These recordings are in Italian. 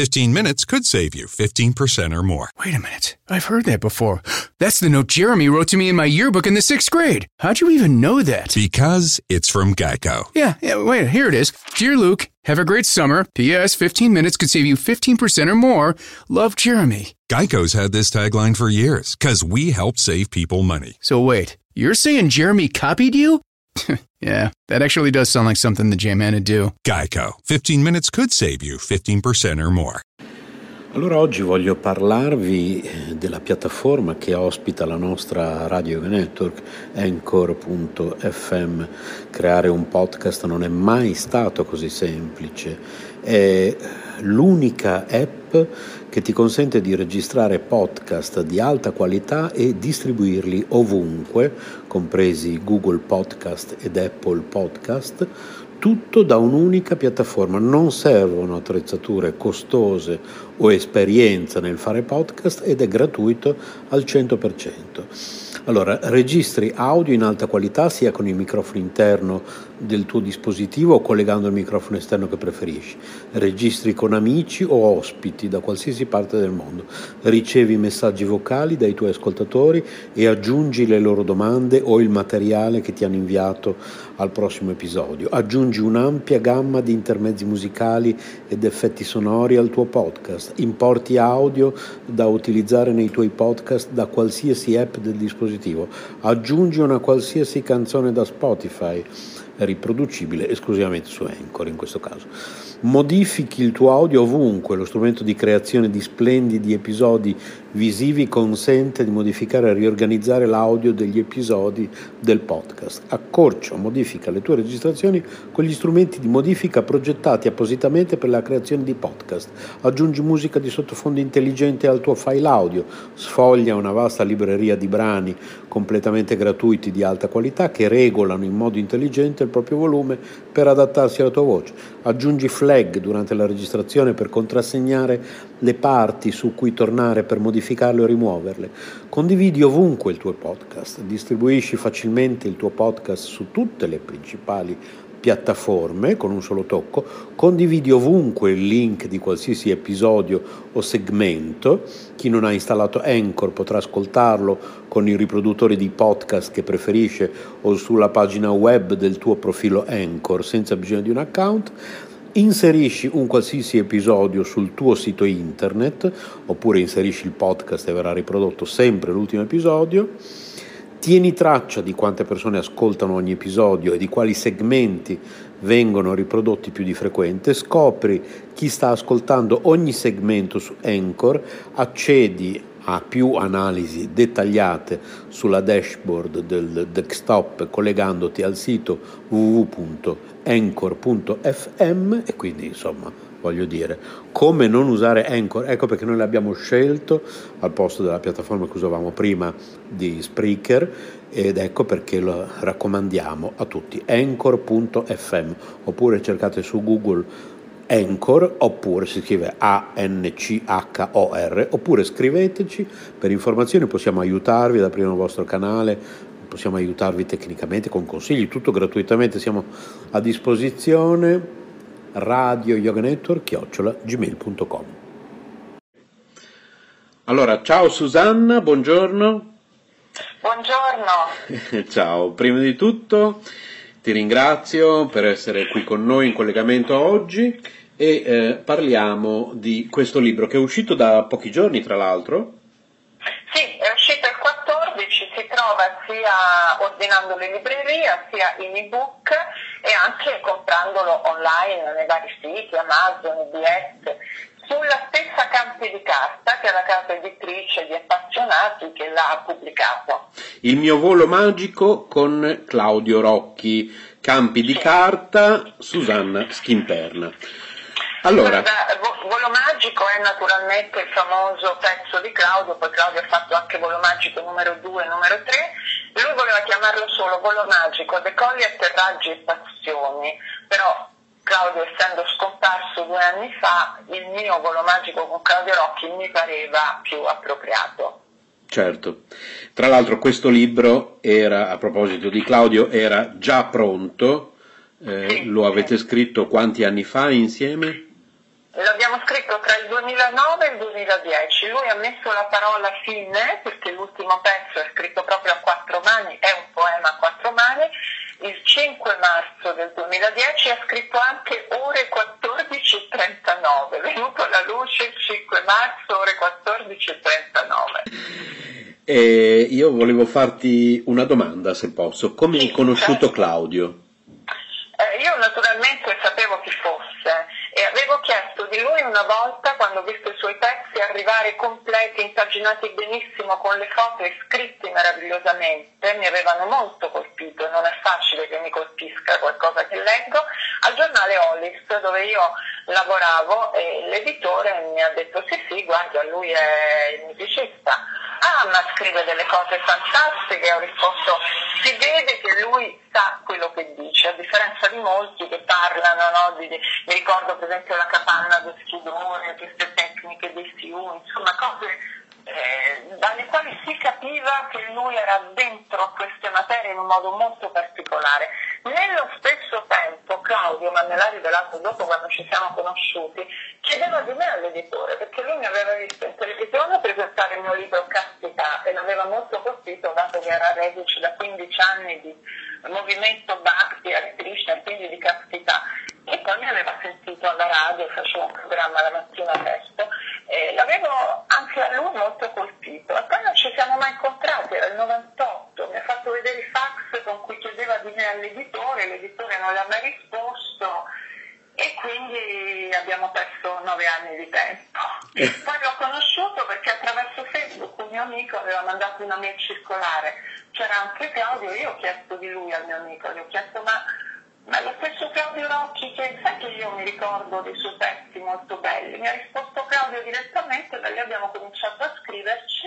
15 minutes could save you 15% or more. Wait a minute. I've heard that before. That's the note Jeremy wrote to me in my yearbook in the 6th grade. How'd you even know that? Because it's from Geico. Yeah, wait, here it is. Dear Luke, have a great summer. P.S. 15 minutes could save you 15% or more. Love, Jeremy. Geico's had this tagline for years, because we help save people money. So wait, you're saying Jeremy copied you? Yeah, that actually does sound like something the J-Man would do. Geico. 15 minutes could save you 15% or more. Allora oggi voglio parlarvi della piattaforma che ospita la nostra Radio Yoga Network, Anchor.fm. Creare un podcast non è mai stato così semplice. È l'unica app che ti consente di registrare podcast di alta qualità e distribuirli ovunque, compresi Google Podcast ed Apple Podcast, tutto da un'unica piattaforma. Non servono attrezzature costose o esperienza nel fare podcast ed è gratuito al 100%. Allora, registri audio in alta qualità sia con il microfono interno del tuo dispositivo o collegando il microfono esterno che preferisci. Registri con amici o ospiti da qualsiasi parte del mondo. Ricevi messaggi vocali dai tuoi ascoltatori e aggiungi le loro domande o il materiale che ti hanno inviato al prossimo episodio. Aggiungi un'ampia gamma di intermezzi musicali ed effetti sonori al tuo podcast. Importi audio da utilizzare nei tuoi podcast da qualsiasi app del dispositivo. Aggiungi una qualsiasi canzone da Spotify, riproducibile esclusivamente su Anchor in questo caso. Modifichi il tuo audio ovunque. Lo strumento di creazione di splendidi episodi visivi consente di modificare e riorganizzare l'audio degli episodi del podcast. Accorcia o modifica le tue registrazioni con gli strumenti di modifica progettati appositamente per la creazione di podcast. Aggiungi musica di sottofondo intelligente al tuo file audio. Sfoglia una vasta libreria di brani completamente gratuiti di alta qualità che regolano in modo intelligente il proprio volume per adattarsi alla tua voce. Aggiungi flag durante la registrazione per contrassegnare le parti su cui tornare per modificarle o rimuoverle. Condividi ovunque il tuo podcast. Distribuisci facilmente il tuo podcast su tutte le principali piattaforme con un solo tocco. Condividi ovunque il link di qualsiasi episodio o segmento. Chi non ha installato Anchor potrà ascoltarlo con i riproduttori di podcast che preferisce o sulla pagina web del tuo profilo Anchor senza bisogno di un account. Inserisci un qualsiasi episodio sul tuo sito internet oppure inserisci il podcast e verrà riprodotto sempre l'ultimo episodio. Tieni traccia di quante persone ascoltano ogni episodio e di quali segmenti vengono riprodotti più di frequente. Scopri chi sta ascoltando ogni segmento su Anchor, accedi a più analisi dettagliate sulla dashboard del desktop collegandoti al sito www.anchor.fm e quindi insomma voglio dire come non usare Anchor. Ecco perché noi l'abbiamo scelto al posto della piattaforma che usavamo prima di Spreaker ed ecco perché lo raccomandiamo a tutti. Anchor.fm oppure cercate su Google Anchor oppure si scrive ANCHOR oppure scriveteci per informazioni, possiamo aiutarvi ad aprire un vostro canale, possiamo aiutarvi tecnicamente con consigli, tutto gratuitamente, siamo a disposizione. Radio Yoga Network @gmail.com. Allora, ciao Susanna, buongiorno. Buongiorno. Ciao, prima di tutto ti ringrazio per essere qui con noi in collegamento oggi e parliamo di questo libro che è uscito da pochi giorni, tra l'altro. Sì, è uscito il 14, si trova sia ordinandolo in libreria, sia in ebook e anche comprandolo online nei vari siti, Amazon, IBS, sulla stessa Campi di Carta, che è la casa editrice di appassionati che l'ha pubblicato. Il mio volo magico con Claudio Rocchi, Campi di Carta, Susanna Schimperna. Allora, Volo Magico è naturalmente il famoso pezzo di Claudio, poi Claudio ha fatto anche Volo Magico numero 2 e numero 3, lui voleva chiamarlo solo Volo Magico, decolli, atterraggi e passioni, però Claudio essendo scomparso 2 anni fa, il mio Volo Magico con Claudio Rocchi mi pareva più appropriato. Certo, tra l'altro questo libro era, a proposito di Claudio, era già pronto, Sì, lo avete scritto quanti anni fa insieme? L'abbiamo scritto tra il 2009 e il 2010, lui ha messo la parola fine, perché l'ultimo pezzo è scritto proprio a quattro mani, è un poema a quattro mani, il 5 marzo del 2010 ha scritto anche ore 14:39, è venuto alla luce il 5 marzo, ore 14:39. Io volevo farti una domanda, se posso. Come hai conosciuto certo. Claudio? Io naturalmente sapevo chi fosse e avevo chiesto di lui una volta, quando ho visto i suoi pezzi arrivare completi, impaginati benissimo, con le foto e scritti meravigliosamente, mi avevano molto colpito, non è facile che mi colpisca qualcosa che leggo, al giornale Ollis, dove io lavoravo, e l'editore mi ha detto sì, guarda, lui è il musicista. Ah, ma scrive delle cose fantastiche, ho risposto, si vede che lui sa quello che dice, a differenza di molti che parlano, no? Mi ricordo per esempio la capanna del Schidone, queste tecniche dei fiumi, insomma cose dalle quali si capiva che lui era dentro queste materie in un modo molto particolare. Nello stesso tempo Claudio, ma me l'ha rivelato dopo quando ci siamo conosciuti, chiedeva di me all'editore, perché lui mi aveva visto in televisione presentare il mio libro Castità e l'aveva molto colpito, dato che era reduce da 15 anni di movimento Bhakti, Hare Krishna, quindi di castità, e poi mi aveva sentito alla radio, facevo un programma la mattina presto, e l'avevo anche a lui molto colpito, e poi non ci siamo mai incontrati, era il 98, mi ha fatto vedere i fax con cui chiedeva di me all'editore, l'editore non le ha mai risposto, e quindi abbiamo perso 9 anni di tempo. Poi l'ho conosciuto perché attraverso Facebook un mio amico aveva mandato una mail circolare, c'era anche Claudio, io ho chiesto di lui al mio amico, gli ho chiesto ma lo stesso Claudio Rocchi, che sai che io mi ricordo dei suoi pezzi molto belli, mi ha risposto Claudio direttamente, da lì abbiamo cominciato a scriverci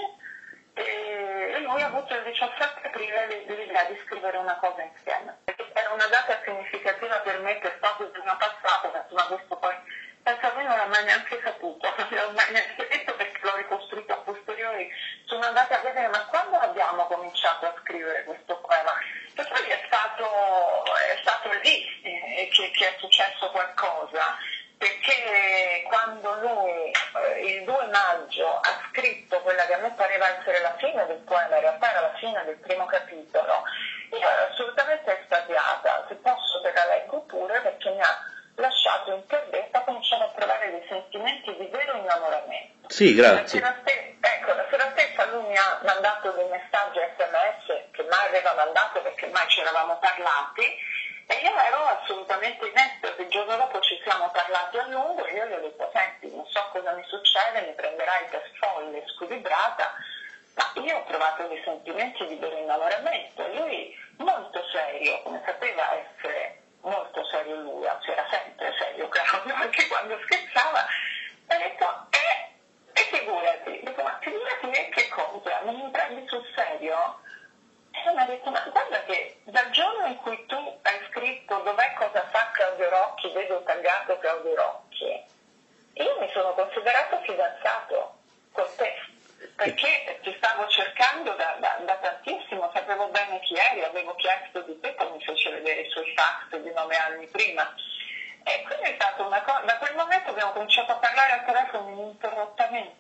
e lui ha avuto il 17 aprile l'idea di scrivere una cosa insieme. Era una data significativa per me, che è stato il giorno passato, ma questo poi penso a me non l'ha mai neanche saputo, non l'ho mai neanche detto perché l'ho ricostruito a posteriori, sono andata a vedere ma quando abbiamo cominciato a scrivere questo poema? E poi è stato lì che è successo qualcosa, perché quando lui il 2 maggio ha scritto quella che a me pareva essere la fine del poema, in realtà era la fine del primo capitolo, io ero assolutamente estasiata, se posso te la leggo pure, perché mi ha lasciato interdetta, ho cominciato a provare dei sentimenti di vero innamoramento. Sì, grazie. La sera stessa lui mi ha mandato dei messaggi SMS che mai aveva mandato perché mai ci eravamo parlati, e io ero assolutamente in estasi. Il giorno dopo ci siamo parlati a lungo e io gli ho detto senti, non so cosa mi succede, mi prenderai per folle, squilibrata, ma io ho provato dei sentimenti di vero innamoramento. E lui molto serio, come sapeva essere molto serio lui, anzi era sempre serio Claudio, anche quando scherzava, mi ha detto e figurati, dico ma figurati che cosa, non mi prendi sul serio? E mi ha detto ma guarda che dal giorno in cui tu hai scritto dov'è cosa fa Claudio Rocchi, vedo taggato Claudio Rocchi, io mi sono considerato fidanzato con te, perché ti stavo cercando da tantissimo, sapevo bene chi eri, avevo chiesto di te, poi mi fece vedere i suoi fax di 9 anni prima. E quindi è stata una cosa, da quel momento abbiamo cominciato a parlare al telefono ininterrottamente.